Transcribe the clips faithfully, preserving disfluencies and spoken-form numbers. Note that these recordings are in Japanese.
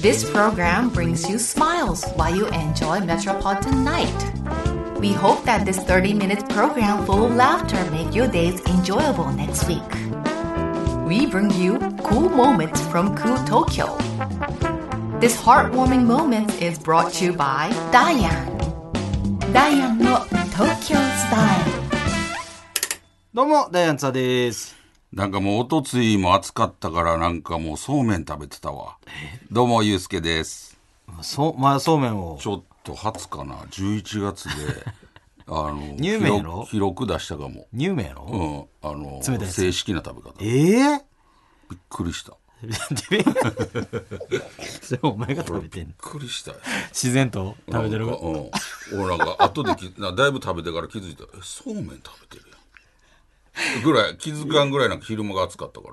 This program brings you smiles while you enjoy Metropolitan Night. We hope that this thirty minutes program full of laughter make your days enjoyable next week. We bring you cool moments from cool Tokyo. This heartwarming moment is brought to you by Diane. Diane の Tokyo Style。 どうもダイアンツァです。 なんかもうおとついも暑かったからなんかもうそうめん食べてたわ。どうもゆうすけです。 そうまあそうめんをちょっと初かなじゅういちがつであの乳麺やろ記録出したかも。 乳麺やろ。 うんあの冷たいやつ正式な食べ方。 えー、 びっくりした。 それお前が食べてんの。 びっくりしたよ。 自然と食べてる。 なんかうん俺なんか後できなだいぶ食べてから気づいた。えそうめん食べてるやん。ぐらい気づかんぐらいなんか昼間が暑かったから。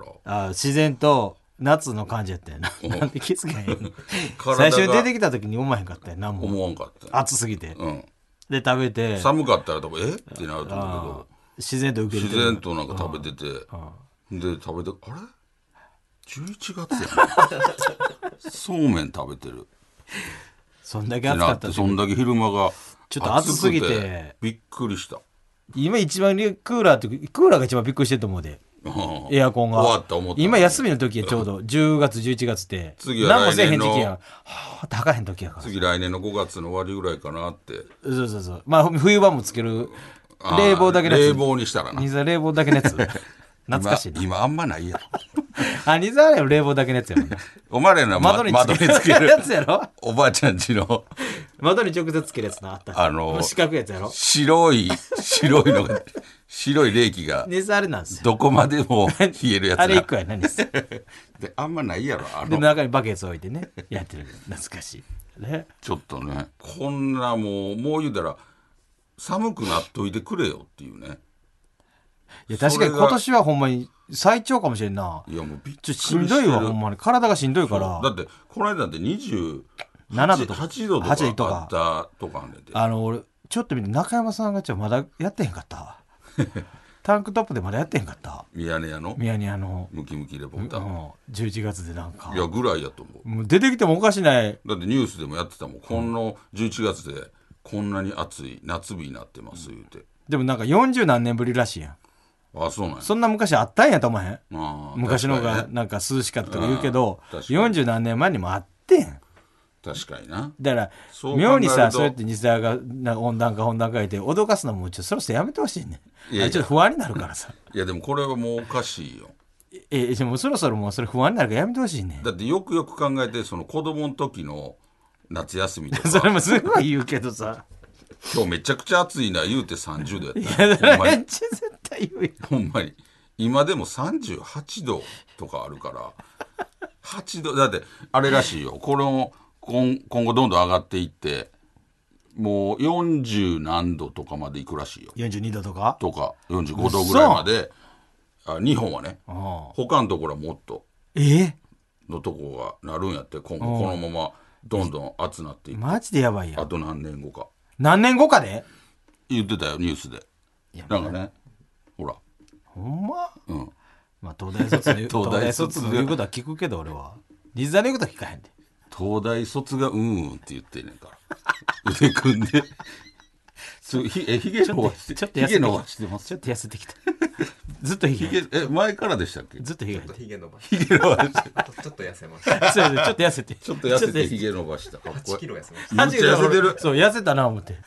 あ自然と夏の感じやったよな。なんで気づかへんの。 体が最初に出てきた時に思わへんかったよな。もう思わんかった。 暑すぎて。 うん。 で食べて寒かったら多分えってなると思うけど自然と受け入れて自然となんか食べててで食べてあれじゅういちがつやなそうめん食べてるそんだけ暑かったってそんだけ昼間がちょっと暑すぎて暑くてびっくりした。 今一番クーラーってクーラーが一番びっくりしてると思うで。エアコンが終わった思った今休みの時やちょうどじゅうがつじゅういちがつって次は来年の何もせえへん時期やはあ高へん時やから次来年のごがつの終わりぐらいかなって。 そうそうそうまあ冬場もつける冷房だけのやつ。 冷房にしたらな水は冷房だけのやつ懐かしいな今, 今あんまないやろあ水は冷房だけのやつやもんね。 お前らの、ま、 窓に窓につけるやつやろ。 おばあちゃんちの窓に直接つけるやつなあったあの四角いやつやろ。 白い白いのが白い冷気が水あれなんですよどこまでも冷えるやつなあれ一個や何ですであんまないやろあでの中にバケツ置いてねやってる懐かしいね。 ちょっとねこんなもうもう言うたら寒くなっといてくれよっていうね。 いや確かに今年はほんまに最長かもしれんな。 いやもうびっくりちょしてるしんどいわほんまに体がしんどいから。 だってこの間だってにじゅうななどとかはちどとかあったとかあんねんて。 あの俺ちょっと見て中山さんがちょまだやってへんかったタンクトップでまだやってへんかった。 ミヤネ屋のミヤネ屋のムキムキレポーター、 うんじゅういちがつでなんかいやぐらいやと思う。 もう出てきてもおかしない。 だってニュースでもやってたもん、このじゅういちがつでこんなに暑い夏日になってます言うて。 でもなんかよんじゅう何年ぶりらしいやん。 あそうなんや。 そんな昔あったんやと思わへん。 あ昔のが確かにねなんか涼しかったとか言うけど確かによんじゅう何年前にもあってん。 確かにな。 だからそう考えると妙にさそうやって西沢がな温暖化温暖化言って脅かすのもちょっとそろそろやめてほしいね。 いやいやあれちょっと不安になるからさいやでもこれはもうおかしいよ。 えでもそろそろもうそれ不安になるからやめてほしいね。 だってよくよく考えてその子供の時の夏休みとかそれもすごい言うけどさ今日めちゃくちゃ暑いな言うてさんじゅうどやったいやほんまにめっちゃ絶対言うよ。 ほんまに今でもさんじゅうはちどとかあるからはちどだってあれらしいよ。これも今, 今後どんどん上がっていってもうよんじゅう何度とかまでいくらしいよ。 よんじゅうにどとかとかよんじゅうごどぐらいまで。あ日本はね他のところはもっとえのとこがなるんやって。今後このままどんどん暑なっていってマジでやばいやん。 あと何年後か何年後かで言ってたよニュースで。なんかねほらほんま、 うんまあ、東大卒で東大卒で東大卒の言うことは聞くけど俺は西沢の言うことは聞かへんで。 東大卒がうんうんって言ってんねんから腕組んでそうひえひげ伸ばしてちょっとひげ伸痩せてきたばしてますちょっと痩せてきたずっとひげひげえ前からでしたっけ。 ずっとひげひげ伸ばしひげ伸ばしてあとちょっと痩せましたそうそうちょっと痩せてちょっと痩せてひげげ伸ばしたかっこい 8 い。 キロ痩せましめっちゃ痩せてる。 そう痩せたな思って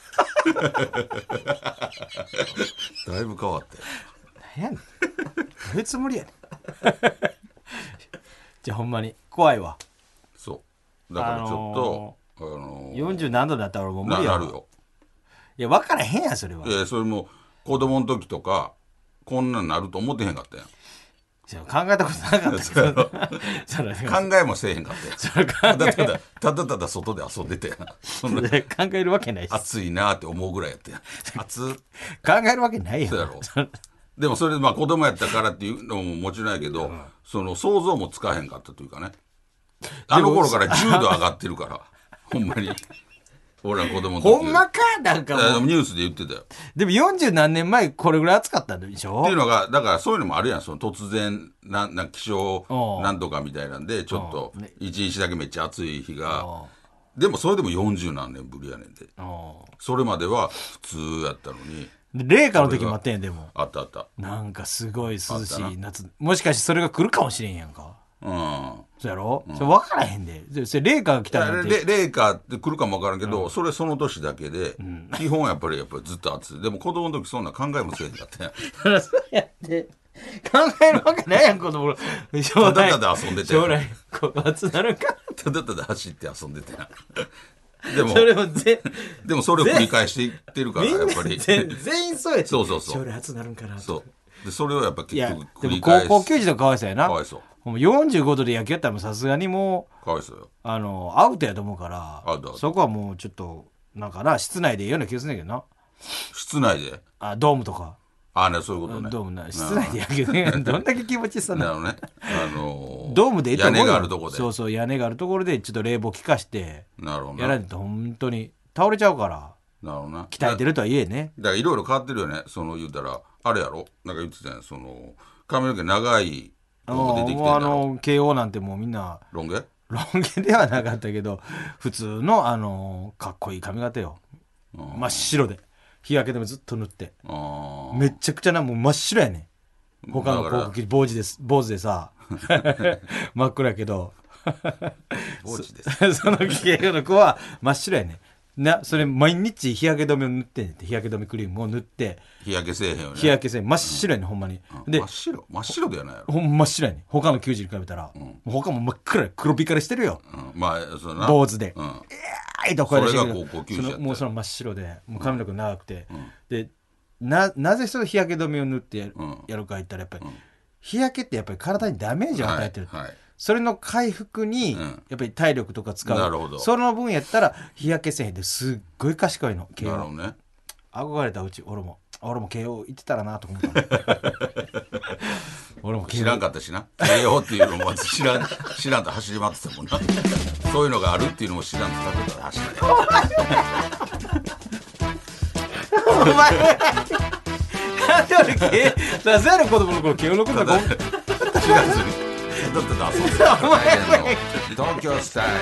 だいぶ変わったよ。 何やねんどういうつもりやねんじゃあほんまに怖いわ。 そうだからちょっと、あのー、 よんじゅう何度だったら俺もう無理やわななるよ。 いや分からへんやんそれは。 いやそれも子供の時とかこんなんなると思ってへんかったやん。 考えたことなかったけどそれ考えもせえへんかったやん。 それ考ただただただただ外で遊んでてそんなえ考えるわけないし暑いなって思うぐらいやったやん。暑っ考えるわけないやんそうやろ。でもそれでまあ子供やったからっていうのももちろんやけど、うん、その想像もつかへんかったというかね。あの頃からじゅうど上がってるからほんまに俺ら子供の時ほんまかなんかいやでもう。 もニュースで言ってたよ。 でもよんじゅう何年前これぐらい暑かったんでしょっていうのが、だからそういうのもあるやん。その突然、な、な、気象おうなんとかみたいなんで、ちょっとおうね、 一日だけめっちゃ暑い日が、 おでもそれでもよんじゅう何年ぶりやねんで。 おそれまでは普通やったのに、 で冷夏の時もあったんやんでも。 あったあった。 なんかすごい涼しあったい夏。もしかしてそれが来るかもしれんやんか。 うん。 そうやろ、それ分からへんで。そそれ冷夏が来たなんて。 レレーカーって来るかもわからんけど、それその年だけで、基本やっぱりやっぱりずっと暑い。でも子供の時そんな考えもせえへんかったやん。 そうやって考えるわけないやん子供の将来ただただ遊んでたやん将来こう暑なるかただただ走って遊んでたやん。でも、 それもぜでもそれを繰り返していってるから、 みんなやっぱり。 全全員そうやってそうそうそう将来暑なるんかなとそう。で、それをやっぱ結いや局でも繰り返す。 高校球児とかかわいそうやなかわいそう。 もうよんじゅうごどで野球やったらもうさすがにもうかわいそうよ。 あのアウトやと思うからアウトアウトそこはもうちょっとなんかな室内でいいような気がするんだけどな室内で。 あドームとかああね、そういうことね。 ドームな室内で野球ねどんだけ気持ちいいさななるほどね。あのー、 ドームでいいと思うよ屋根があるとこで。 そうそう屋根があるところでちょっと冷房効かしてなるほどな。 やらないと本当に倒れちゃうからなるほどな。 鍛えてるとはいえねだからいろいろ変わってるよね。その言うたら、あれやろなんか言ってたやん。その、髪の毛長いのが出てきてんもうあだろの慶応なんてもうみんなロン毛ロン毛ではなかったけど普通のあのかっこいい髪型よ真っ白で日焼け止めずっと塗ってああ。 めちゃくちゃなもう真っ白やね他のだから広告坊主です坊主でさ真っ暗やけど墓地です。 その慶応の子は真っ白やねなそれ毎日日焼け止めを塗ってんねんて日焼け止めクリームを塗って日焼けせえへんよね。 日焼けせん真っ白やねんほんまにで真っ白真っ白ではないやろ。 ほんま真っ白やねん他の球児に比べたら、もう他も真っ暗や黒光りしてるようん、まあ、そのな。 坊主でうん。 はいと声出してくるそれが高校球児やったよそのもうその真っ白でもう髪の毛長くて、でななぜその日焼け止めを塗ってやる,、 うんやるか言ったらやっぱり、日焼けってやっぱり体にダメージを与えてる、 はいはいそれの回復に、 んやっぱり体力とか使うなるほどその分やったら日焼けせえへんですっごい賢いの慶応なるほどね。 憧れたうち俺も俺も慶応行ってたらなと思った俺も慶応知らんかったしな。慶応っていうのも知らん、知らんと走り回ってたもんな。そういうのがあるっていうのも知らんとただただ走ってた。 お前なんで俺慶なぜやろ子供の頃慶応のことが知らずに。だって遊んでたから大変の東京スタイ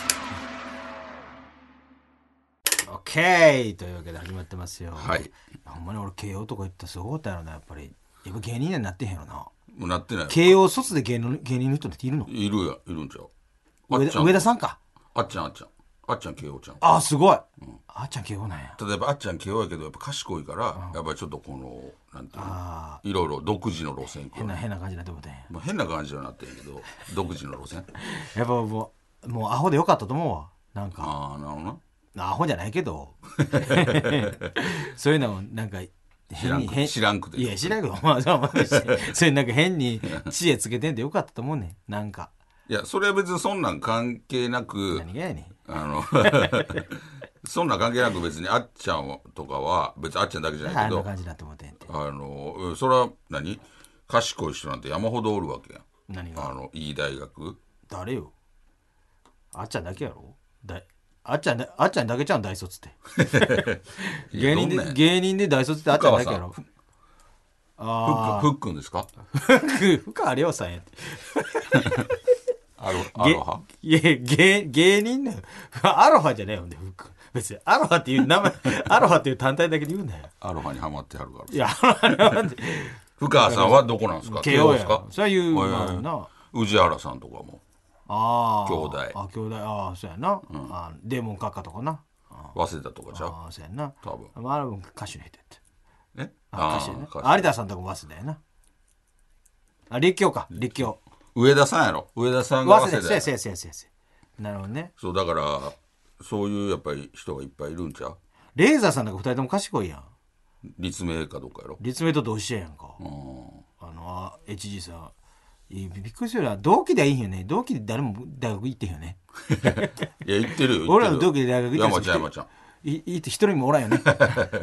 オッケーというわけで始まってますよ。 はい。 ほんまに俺慶応とか行ったらすごかったやろなやっぱり。やっぱ芸人にはなってへんやろな。 ル。もうなってない。 慶応卒で芸能芸人の人っているの？ いるや、いるんちゃう。 上田上田さんか。 あっちゃんあっちゃん。あっちゃん慶応ちゃん。 ああすごい。あっちゃん慶応なんや。 例えばあっちゃん慶応やけどやっぱ賢いから、やっぱりちょっとこのなんていうのいろいろ独自の路線行くよね変な変な感じになってもうてんや。 まあ、変な感じにはなってるけど独自の路線やっぱもうもうアホでよかったと思うわ。なんかああなるほどなアホじゃないけどそういうのもなんか知らんく知らんくていや知らんけどまあまあまあそういうなんか変に知恵つけてんでよかったと思うねんなんか。 いやそれは別にそんなん関係なく何がやねん。 あのそんなん関係なく別にあっちゃんとかは別にあっちゃんだけじゃないけどあんな感じになってもうてんって。 あのうんそれは何賢い人なんて山ほどおるわけやん何があのいい大学誰よあっちゃんだけやろだいあっちゃんだあっちゃんだけちゃうん大卒って芸人どんなんやで芸人で大卒ってあっちゃんだけやろふあっくんふっくんですかあふ深川亮さんやってアロアロハいや芸芸人のアロハじゃないよねふく別にアロハっていう名前アロハっていう単体だけで言うんだよ。 アロハにハマってはるからいやアロハなんて深川さんはどこなんですか慶応やですかそういうはいはいまあな宇治原さんとかもああ兄弟あ兄弟ああそうやな、あデーモン閣下とかな早稲田とかちゃうああそうやな多分まああれも歌手の人やってえあ歌手やー歌手な有田さんとかも早稲田やなあ立教か立教上田さんやろ上田さんが早稲田早稲田やせやせやせやせやなるほどね。 そうだからそういうやっぱり人がいっぱいいるんちゃうレーザーさんなんか二人とも賢いやん。 立命かどうかやろ立命と同志社やんか。 うんあのあ エイチジー さんいやびっくりするな同期ではいいんよね。同期で誰も大学行ってへんよね。 いや言ってるよ言ってるよ俺らの同期で大学行って山ちゃん山ちゃんいいって一人もおらんよね。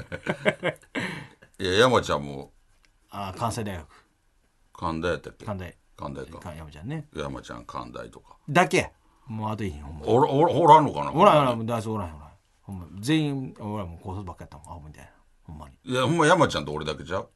いや山ちゃんもあ関西大学神田やったっけ関大神田やかか山ちゃんね山ちゃん神田とかだけもうあといいんほんまおらおらおらんのかなおらんおらん大卒おらんおらんほんま全員俺らも高卒ばっかやったもんアホみたいなほんまにいやほんま山ちゃんと俺だけじゃう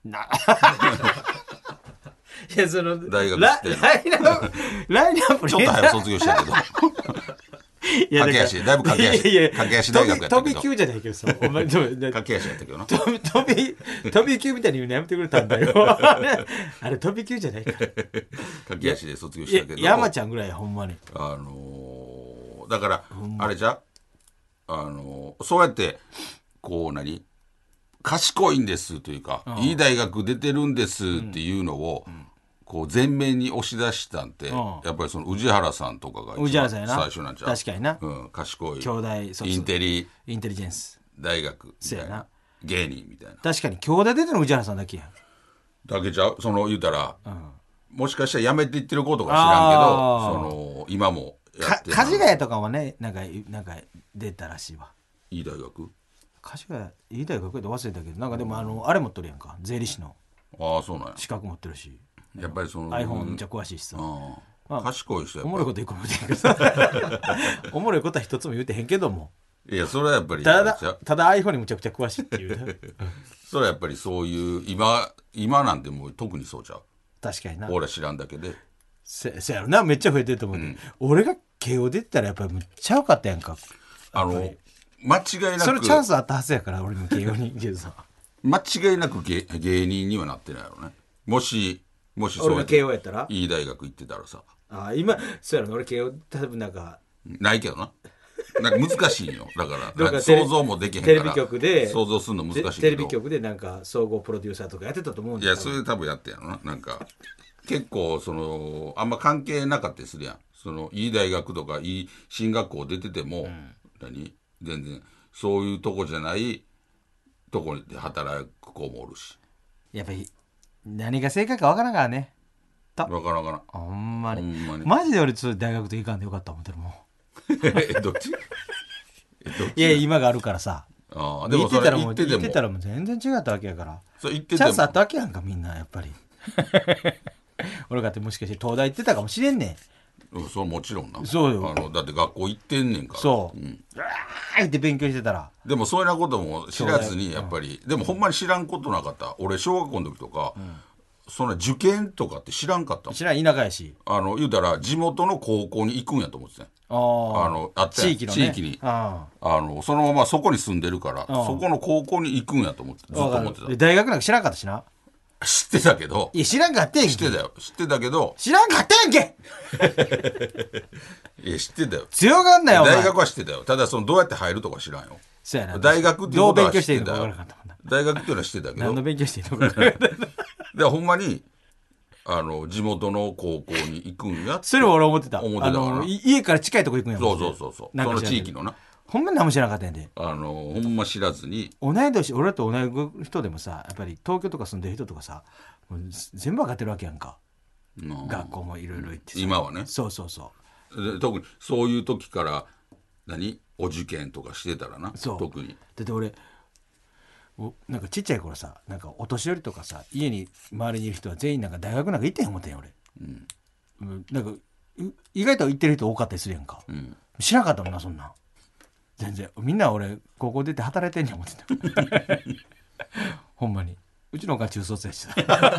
いやその大学ラしてラインナップラインナップちょっと早く卒業したけどいや駆け足だいぶ駆け足いやいや駆け足大学やったけど飛び飛び級じゃないけどさお前飛び駆け足やったけどな飛び飛び飛び級みたいに言うのやめてくれたんだよあれあれ飛び級じゃないから駆け足で卒業したけどいや山ちゃんぐらいほんまにあのー、だからあれじゃあのー、そうやってこう何賢いんですというか、うん、いい大学出てるんですっていうのを、うんこう前面に押し出したんて、うん、やっぱりその宇治原さんとかが一番最初なんちゃう確かにな、 うん、賢い兄弟インテリインテリジェンス大学みたいな芸人みたいな確かに兄弟出てるの宇治原さんだけやだけちゃうその言うたら、うん、もしかしたら辞めていってることか知らんけどその今もやってるか梶ヶ谷とかはねなんかなんか出たらしいわいい大学梶ヶ谷いい大学で忘れたけどなんかでもあのあれ持っとるやんか税理士のああそうなんや資格持ってるしやっぱりその iPhone めっちゃ詳しいしさ、 まあ、賢い人やっぱおもろいこと一個も言うてへんけどさおもろいことは一つも言うてへんけどもいやそれはやっぱりただただ iPhone にむちゃくちゃ詳しいっていうそれはやっぱりそういう今今なんてもう特にそうちゃう確かにな俺は知らんだけでせせやろなめっちゃ増えてると思う、うん、俺が慶応出てたらやっぱりむっちゃよかったやんかあの間違いなくそれチャンスあったはずやから俺も慶応にけどさ間違いなく 芸, 芸人にはなってないやろねもしもしそうやって俺が慶応やったらいい大学行ってたらさあ今そうやろ俺慶応多分なんかないけどななんか難しいよだから想像もできへんからテレビ局で想像するの難しいけどテレビ局でなんか総合プロデューサーとかやってたと思うんだいやそれ多分やってんやろななんか結構そのあんま関係なかったりするやんそのいい大学とかいい進学校出てても、うん、何全然そういうとこじゃないとこで働く子もおるしやっぱり何が正解か分からんからね分からんからんほんまにほんまにマジで俺ちょっと大学と行かんでよかった思ってるもんえどっちえどっちいや今があるからさあでもそれ行ってても行ってたらもう全然違ったわけやからそれ行っててもチャンスあったわけやんかみんなやっぱり俺かってもしかして東大行ってたかもしれんねん、うん、そうもちろんなそうよあのだって学校行ってんねんからそう、うん、うわーって勉強してたらでもそういうなことも知らずにやっぱり、うん、でもほんまに知らんことなかった俺小学校の時とか、うんその受験とかって知らんかったもん知らん田舎やしあの言うたら地元の高校に行くんやと思ってたあのあった地域の、ね、 地域にあのそのままそこに住んでるからそこの高校に行くんやと思ってずっと思ってた大学なんか知らんかったしな知ってたけどいや知らんかったやんけ知ってたよ知ってたけど知らんかったやんけいや知ってたよ強がんなよ大学は知ってたよただそのどうやって入るとか知らんよそうやな大学っていうことは知ってたよ大学っていうのは知ってたけど何の勉強していいのか分からんかったでほんまにあの地元の高校に行くんやってそれは俺思ってた思ってたからあの家から近いとこ行くんやもんそうそうそうそうその地域のなほんまに何も知らなかったんやであのほんま知らずに同い年俺らと同い人でもさやっぱり東京とか住んでる人とかさもう全部分かってるわけやんか、うん、学校もいろいろ行ってさ今はねそうそうそうで特にそういう時から何お受験とかしてたらなそう特にだって俺なんかちっちゃい頃さなんかお年寄りとかさ家に周りにいる人は全員なんか大学なんか行ってへん思ってんよ俺、うん、なんか意外と行ってる人多かったりするやんか、うん、知らなかったもんなそんなん全然みんな俺高校出て働いてんねん思ってたほんまにうちのお母中卒やし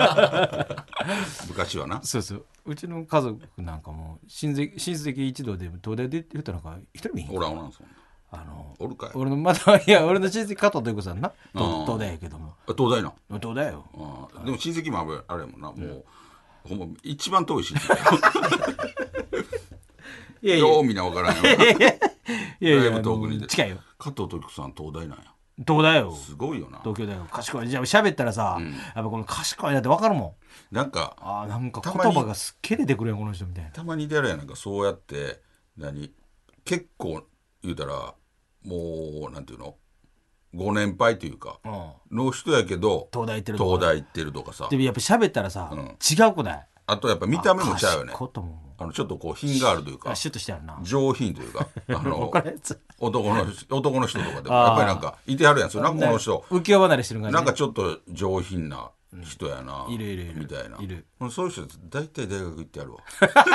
昔はなそうそううちの家族なんかも親戚親戚一同で東大出てる人なんか一人見へんおらんおらんそんなあのおるかい俺のまだいや俺の親戚加藤豊子さんな東大やけども東大な東大よあでも親戚もあれやもんなもう、うん、ほんま一番遠い親戚いやいやようみんな分からんよないやいやいや遠くに近いよ加藤豊子さん東大なんや東大よすごいよな東京大学賢いじゃあ喋ったらさ、うん、やっぱこの賢いなって分かるもんなんかあなんか言葉がすっげえ出てくるやんこの人みたいなたまに出るやんなんかそうやって何結構言うたらもうなんていうのご年配というか、うん、の人やけど東大行ってるとか東大行ってるとかさでもやっぱ喋ったらさ、うん、違うくないあとやっぱ見た目もちゃうよねあのちょっとこう品があるというかシュッとしてあるな上品というかあの男の男の人とかでもやっぱりなんかいてはるやんそれなこの人浮世離れしてる感じ、ね、 なんかちょっと上品な人やな、 うん、いるいるいるみたいないるそういう人大体大学行ってやるわ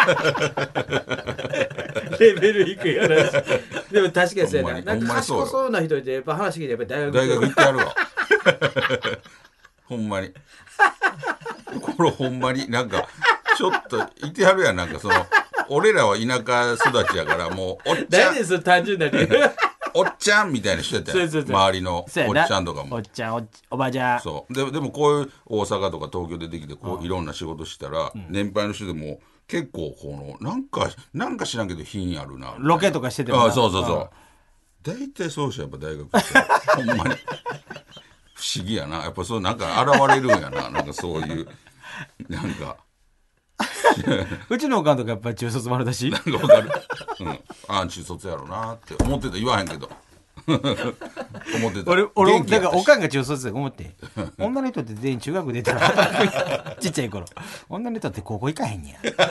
レベル低い話でも確かにそうやな、なんか賢そうな人ってやっぱ話聞いてやっぱり大学大学行ってやるわほんまにこれほんまになんかちょっといてはるやん、なんかその俺らは田舎育ちやからもうおっちゃん何でその単純な理由おっちゃんみたいな人やったやん、周りのおっちゃんとかもおっちゃん お, おばちゃんそうででもこういう大阪とか東京出てきてこういろんな仕事したら、うん、年配の人でも結構このなんかなんか知らんけど品あるなロケとかしててもああそうそうそう大体そうしやっぱ大学ってほんまに不思議やな、やっぱそうなんか現れるんやななんかそういうなんかうちのおかんとかやっぱり中卒丸だしなんかわかる、うん、ああ中卒やろうなって思ってた、言わへんけど思ってた。 俺俺だからおかんが中卒で思って女の人って全員中学出てるちっちゃい頃女の人って高校行かへんや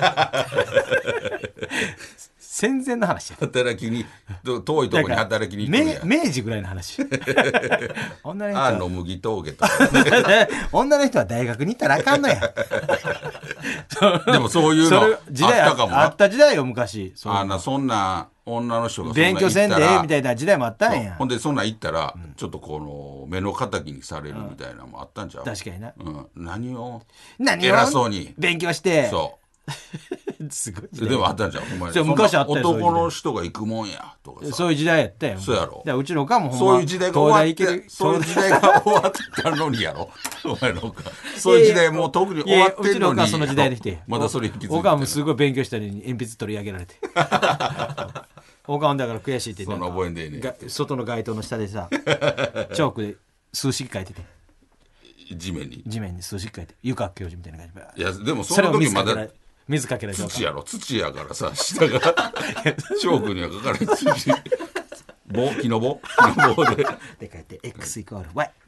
戦前の話や働きに遠いとこに働きに行くんや明治ぐらいの話女の人はあの麦峠とか女の人は大学に行ったらあかんのやでもそういうのあったかもな、 あった時代よ昔。 あなそんな女の人がそんな勉強せんでええみたいな時代もあったんや。 ほんでそんなん行ったら、うん、ちょっとこの目の敵にされるみたいなのもあったんちゃう、 うん、確かにな、 うん、何を何を偉そうに勉強してそうすごいでもあったんじゃん、ほんまに昔あったよ、 男の人が行くもんやとかさ、 そういう時代やったよ。 そうやろ、 うちのおかんもほんまそういう時代が終わってそういう時代が終わったのにやろお前のかそういう時代もう特に終わってんのに、 うちのおかんその時代できてまだそれ引き継いでおかんもすごい勉強したのに鉛筆取り上げられておかんだから悔しいってそんな覚えんでええねん外の街灯の下でさチョークで数式書いてて地面に地面に数式書いて湯川教授みたいな感じで、いやでもその時まだ水かけられて土やろ、土やからさ下がチョークには書かれて土棒木の棒木の棒でで書いて X イコール Y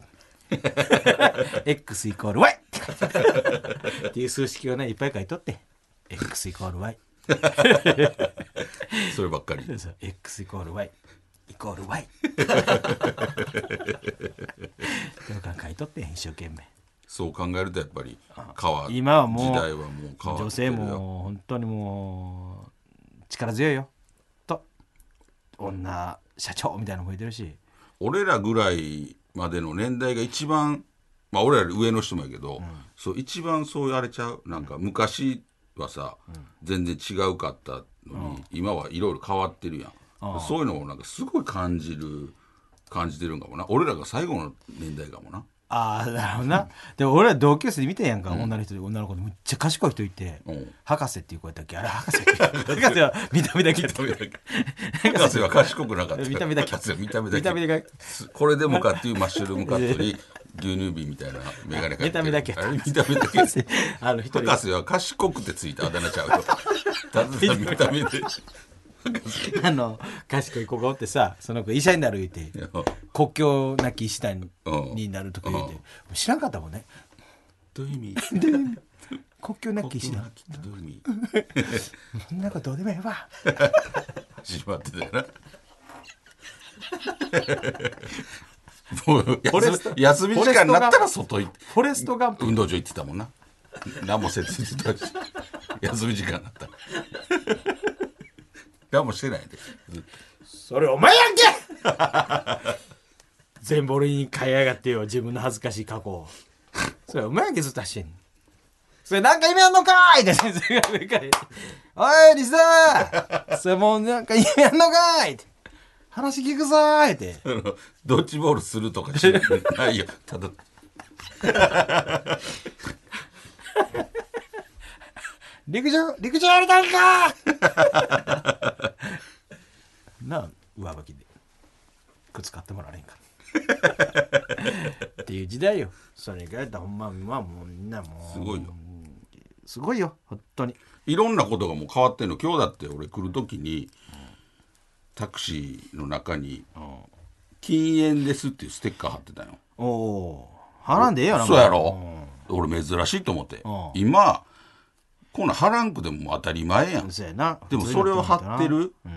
X イコール Y っていう数式をねいっぱい書いとって X イコール Y そればっかり X イコール Y イコール Y 書いとって一生懸命。 そう考えるとやっぱり変わ今はもう時代はもう変わってるよ。 女性も本当にもう力強いよと女社長みたいなのも増えてるし、 俺らぐらいまでの年代が一番まあ俺ら上の人もやけど、うん、そう一番そうやれちゃうなんか昔はさ、うん、全然違うかったのに、うん、今はいろいろ変わってるやん、うん、そういうのをなんかすごい感じる感じてるんかもな、俺らが最後の年代かもな。 ああなるほどなでも俺は同級生で見てんやんか、うん、女の人で女の子でむっちゃ賢い人いて、うん、博士っていう子やったっけあれ博士博士は見た目だけ博士は賢くなかった見た目だけ見た目だけ見た目だけこれでもかっていうマッシュルームカットに牛乳瓶みたいなメガネかけて見た目だけあれ見た目だけあの博士は賢くてついたあだ名ちゃうとただ見た目であの賢い子がおってさその子医者になる言うて国境なき医師団になるとか言うて知らんかったもんね。 どういう意味国境なき医師団どういう意味そんなことどうでもええわ始まってたよなもう休み時間になったら外行ってフォレストガンプ運動場行ってたもんな何もせずにたし休み時間になったら何もしてないでそれお前やんけ全部俺に買いやがってよ自分の恥ずかしい過去をそれお前やんけずっと走ってんのそれなんか意味あんのかーいって先生が上から言っておいリスだーそれもうなんか意味あんのかーいって話聞くぞーってドッジボールするとかしないよただ陸上陸上やりたいかなあ上履きで靴買ってもらえんかっていう時代よ。それがやったらほんままあもうみんなもうすごいよすごいよ本当にいろんなことがもう変わってんの。今日だって俺来る時に、うん、タクシーの中に、うん、禁煙ですっていうステッカー貼ってたよ。 おお貼らんでええよな。 そうやろ、うん、俺珍しいと思って、うん、今こんな貼らんくでも当たり前やん。 そうやな。 でもそれを貼ってる、うん、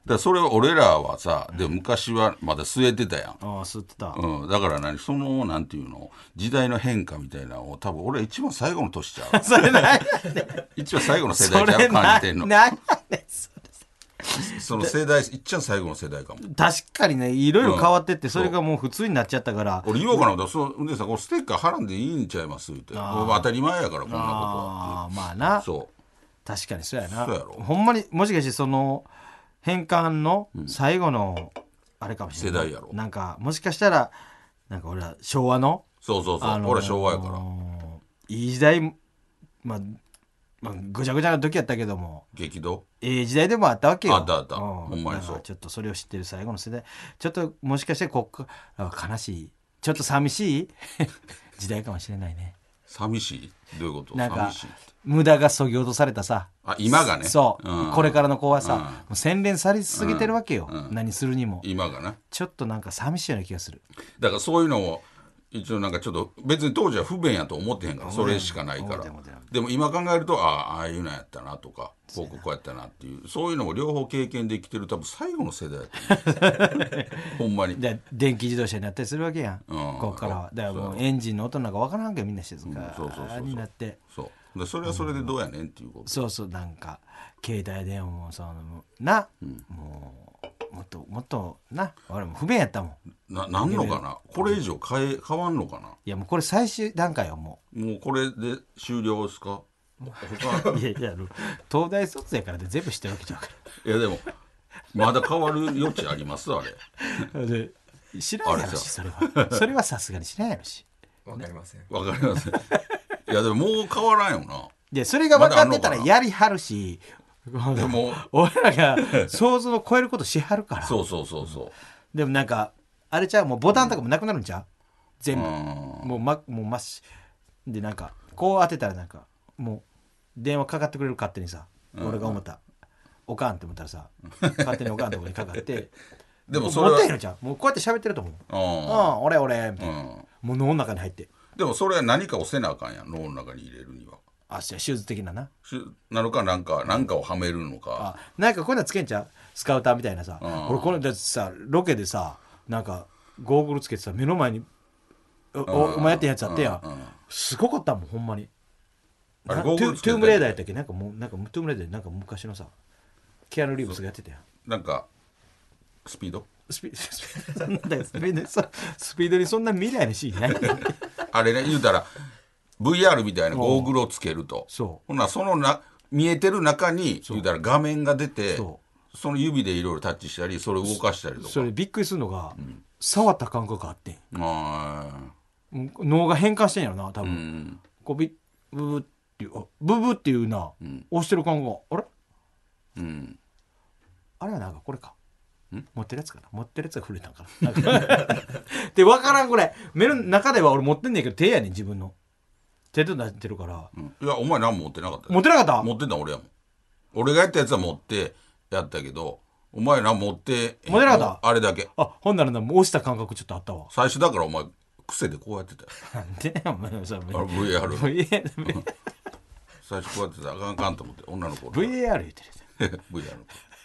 からそれは俺らはさ、で昔はまだ据えてたやん。 ああ吸ってた、 うん、だから何そのなんていうの時代の変化みたいなのを多分俺は一番最後の年ちゃうそれない一番最後の世代ちゃう感じてんの。 ないないその世代一番最後の世代かも。 確かにねいろいろ変わってって、うん、それがもう普通になっちゃったから、 俺言おうかなとそうでさこれステッカー貼らんでいいんちゃいますって当たり前やからこんなことは。 あまあなそう確かにそうやな。 そうやろほんまにもしかしてその返還の最後の、うん、あれかもしれない世代やろ。 なんかもしかしたらなんか俺ら昭和のそうそうそう、あのー、俺は昭和やからいい時代、まあ、まあぐちゃぐちゃな時やったけども激動ええ時代でもあったわけよ。 あったあった、うん、ほんまにそう。 ちょっとそれを知ってる最後の世代ちょっともしかしてこっから悲しいちょっと寂しい時代かもしれないね。 寂しいどういうこと？ なんか寂しい無駄がそぎ落とされたさあ今がねそう、 うん、 これからの子はさ、うん、もう洗練されすぎてるわけよ、うんうん、何するにも今がなちょっとなんか寂しいような気がする。 だからそういうのを一応なんかちょっと別に当時は不便やと思ってへんからそれしかないからでも今考えるとああああいうのやったなとか僕こうやったなっていうそういうのも両方経験できてる多分最後の世代やと思うほんまにで電気自動車になったりするわけやん、うん、ここからはだからもうエンジンの音なんか分からんけどみんな静かになってそうそれはそれでどうやねんっていうこと、うん、 そうそうなんか携帯電話もそのな、うん、もうもっともっとな俺も不便やったもんな。なんのかなこれ以上変え変わんのかな。 いやもうこれ最終段階はもうもうこれで終了ですか。 他いやいや東大卒やからで全部知ってるわけじゃんからいやでもまだ変わる余地ありますあれで知らんやろしそれはそれはさすがに知らんやろしわかりませんわかりませんいやでももう変わらんよな。 でそれが分かってたらやりはるしでも俺らが想像を超えることしはるからそうそうそうそうでもなんかあれちゃうもうボタンとかもなくなるんちゃう全部もうまもうまっしでなんかこう当てたらなんかもう電話かかってくれる勝手にさ俺が思ったおかんって思ったらさ勝手におかんのとこにかかってでもそれは持ってへんのちゃうもうこうやって喋ってると思うああ俺俺みたいなもう脳の中に入ってでもそれは何かをせなあかんやん脳の中に入れるにはあシューズ的なななのかなんかなんかをはめるのかあなんかこういうのつけんちゃうスカウターみたいなさ俺このだってさロケでさなんかゴーグルつけてさ目の前に お, お前やってんやつあってやんすごかったもんほんまにあれゴーグルつけてトゥームレーダーやったっけなんかもうなんかトゥームレーダーなんか昔のさキアヌ・リーブスがやってたやんなんかスピードスピードスピードにそんな未来のシーンないあれね言うたらブイアール みたいなゴーグルをつけるとそうほなそのな見えてる中に言うたら画面が出て そ, その指でいろいろタッチしたりそれを動かしたりとかそれびっくりするのが、うん、触った感覚があってんあ脳が変換してんやろな多分、うん、こうビブブっていうブブっていうな、うん、押してる感覚があれ、うん、あれはなんかこれか持ってるやつかな持ってるやつが震えたんかなで分からんこれ目の中では俺持ってんねんけど手やねん自分の手で出してるから、 うん、いやお前何も持ってなかった。 持ってなかった。 持ってた俺やもん。俺がやったやつは持ってやったけどお前何持って持ってなかったあれだけ。 あほんならなもう押した感覚ちょっとあったわ最初だからお前癖でこうやってたよなんでねお前それブイアールブイエーアール最初こうやってたらあかんあかんと思って女の子ブイエーアール 言ってるブイアール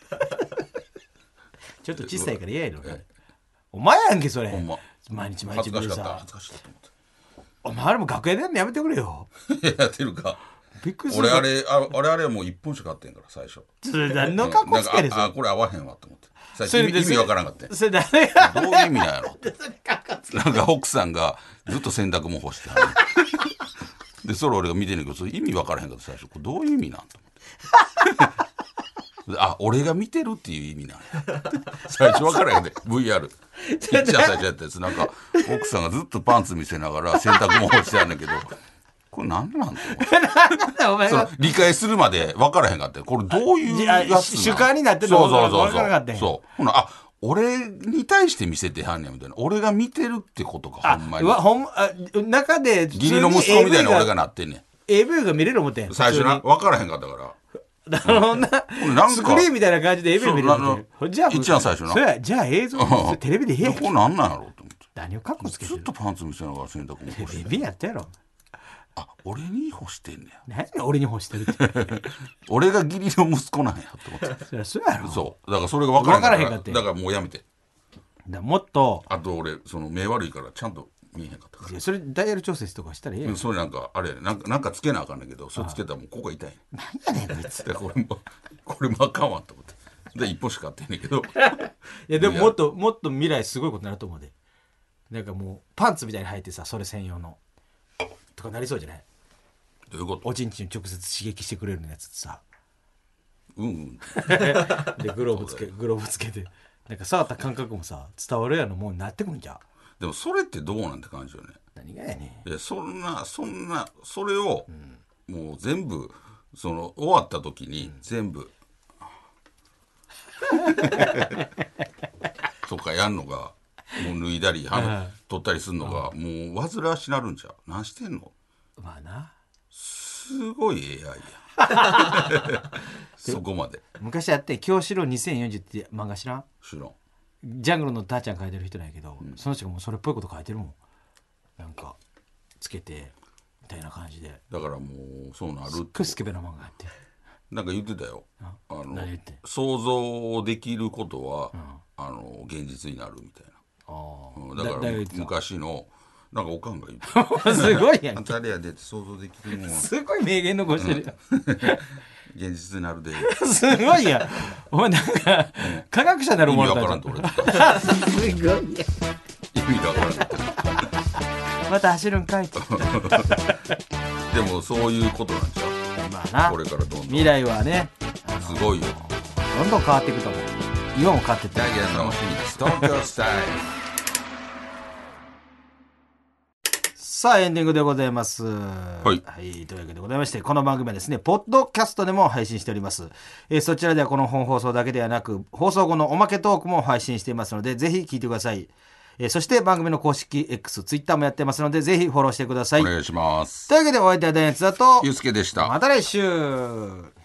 ちょっと小さいから嫌やろお前やんけそれほんま毎日毎日恥ずかしかった恥ずかしかったと思ってお前あれも楽屋でやるのやめてくれよやってるかびっくりする俺あれあ俺あれはもういっぽんしか買ってんから最初それ何の格好つけるんですあこれ合わへんわと思って最初意味意味わからんかったそれ誰がどういう意味なんやろってなんか奥さんがずっと洗濯物干してはるでそれ俺が見てんねんけどそれ意味わからへんかった最初これどういう意味なんと思ってあ俺が見てるっていう意味なんや最初わからへんで ブイアール いっちゃん最初やったやつなんか奥さんがずっとパンツ見せながら洗濯物干してあるんだけどこれ何なんだお前その理解するまで分からへんかったこれどういうやつ主観になってるのそうそうそう分からなかったそうほなあ俺に対して見せてはんねんみたいな俺が見てるってことかほんまにほんあ中で義理の息子みたいな俺がなってんねんエーブイ が見れる思ってん最初な分からへんかったからだからんなスクリーンみたいな感じでエーブイ 見れる思ってじゃあ一番最初なそれじゃあ映像テレビでええやんこれ何なんやろうと思って何をカッコつけてるずっとパンツ見せながら洗濯物干してテレビやったやろあ俺に干してんねや何や俺に干してるって俺が義理の息子なんやと思ってそりゃそうやろ。 そうだからそれが分からへんから分からへんかってだからもうやめて。 だもっとあと俺その目悪いからちゃんと見えへんかったかいやそれダイヤル調節とかしたらええやん。 らそれなんかあれなんかなんかつけなあかんねんけどそれつけたらもうここ痛い何やねんこいつ。 でこれもこれもあかんわと思ってで一本しか買ってんねんけどいやでももっともっと未来すごいことになると思うで。なんかもうパンツみたいに履いてさそれ専用のとかなりそうじゃない。 どういうことおちんちん直接刺激してくれるやつってさうんうんでグローブつけグローブつけてなんか触った感覚もさ伝わるやのもうなってくるんじゃん。 でもそれってどうなんて感じよね。 何がやねん。 いやそんなそんなそれを、うん、もう全部その終わった時に全部、うん、とかやんのがもう脱いだりは取ったりするのがもう煩わしなるんちゃう。何してんの。 まあなすごい エーアイ やそこまで昔やって京志郎にせんよんじゅうって漫画知らん。 知らん。 ジャングルのターちゃん書いてる人なんやけど、うん、その人がもうそれっぽいこと書いてるもん。なんかつけてみたいな感じでだからもうそうなるってすっごいスケベな漫画やってなんか言ってたよ。 ああの何言ってん想像できることは、 うん、 あの現実になるみたいな。 あ、 うん、だから昔のなんかおかんが言ってたすごいやんあんたあれやでって想像できるもんすごい名言残してる、 うん、現実になるですごいやんお前なんか、うん、科学者になるものだ意味わからんと俺すごいやん意味わからんってまた走るんかいってでもそういうことなんちゃう。 まあなこれからどんどん未来はねすごいよどんどん変わっていくと思う。今も変わってってダイアンの日々東京スタイルさあエンディングでございます。 はい、 はい、というわけでございましてこの番組はですねポッドキャストでも配信しております、えー、そちらではこの本放送だけではなく放送後のおまけトークも配信していますのでぜひ聞いてください、えー、そして番組の公式 X、ツイッターもやってますのでぜひフォローしてください。 お願いします。 というわけでお相手はダイアン津田とゆうすけでした。 また来週。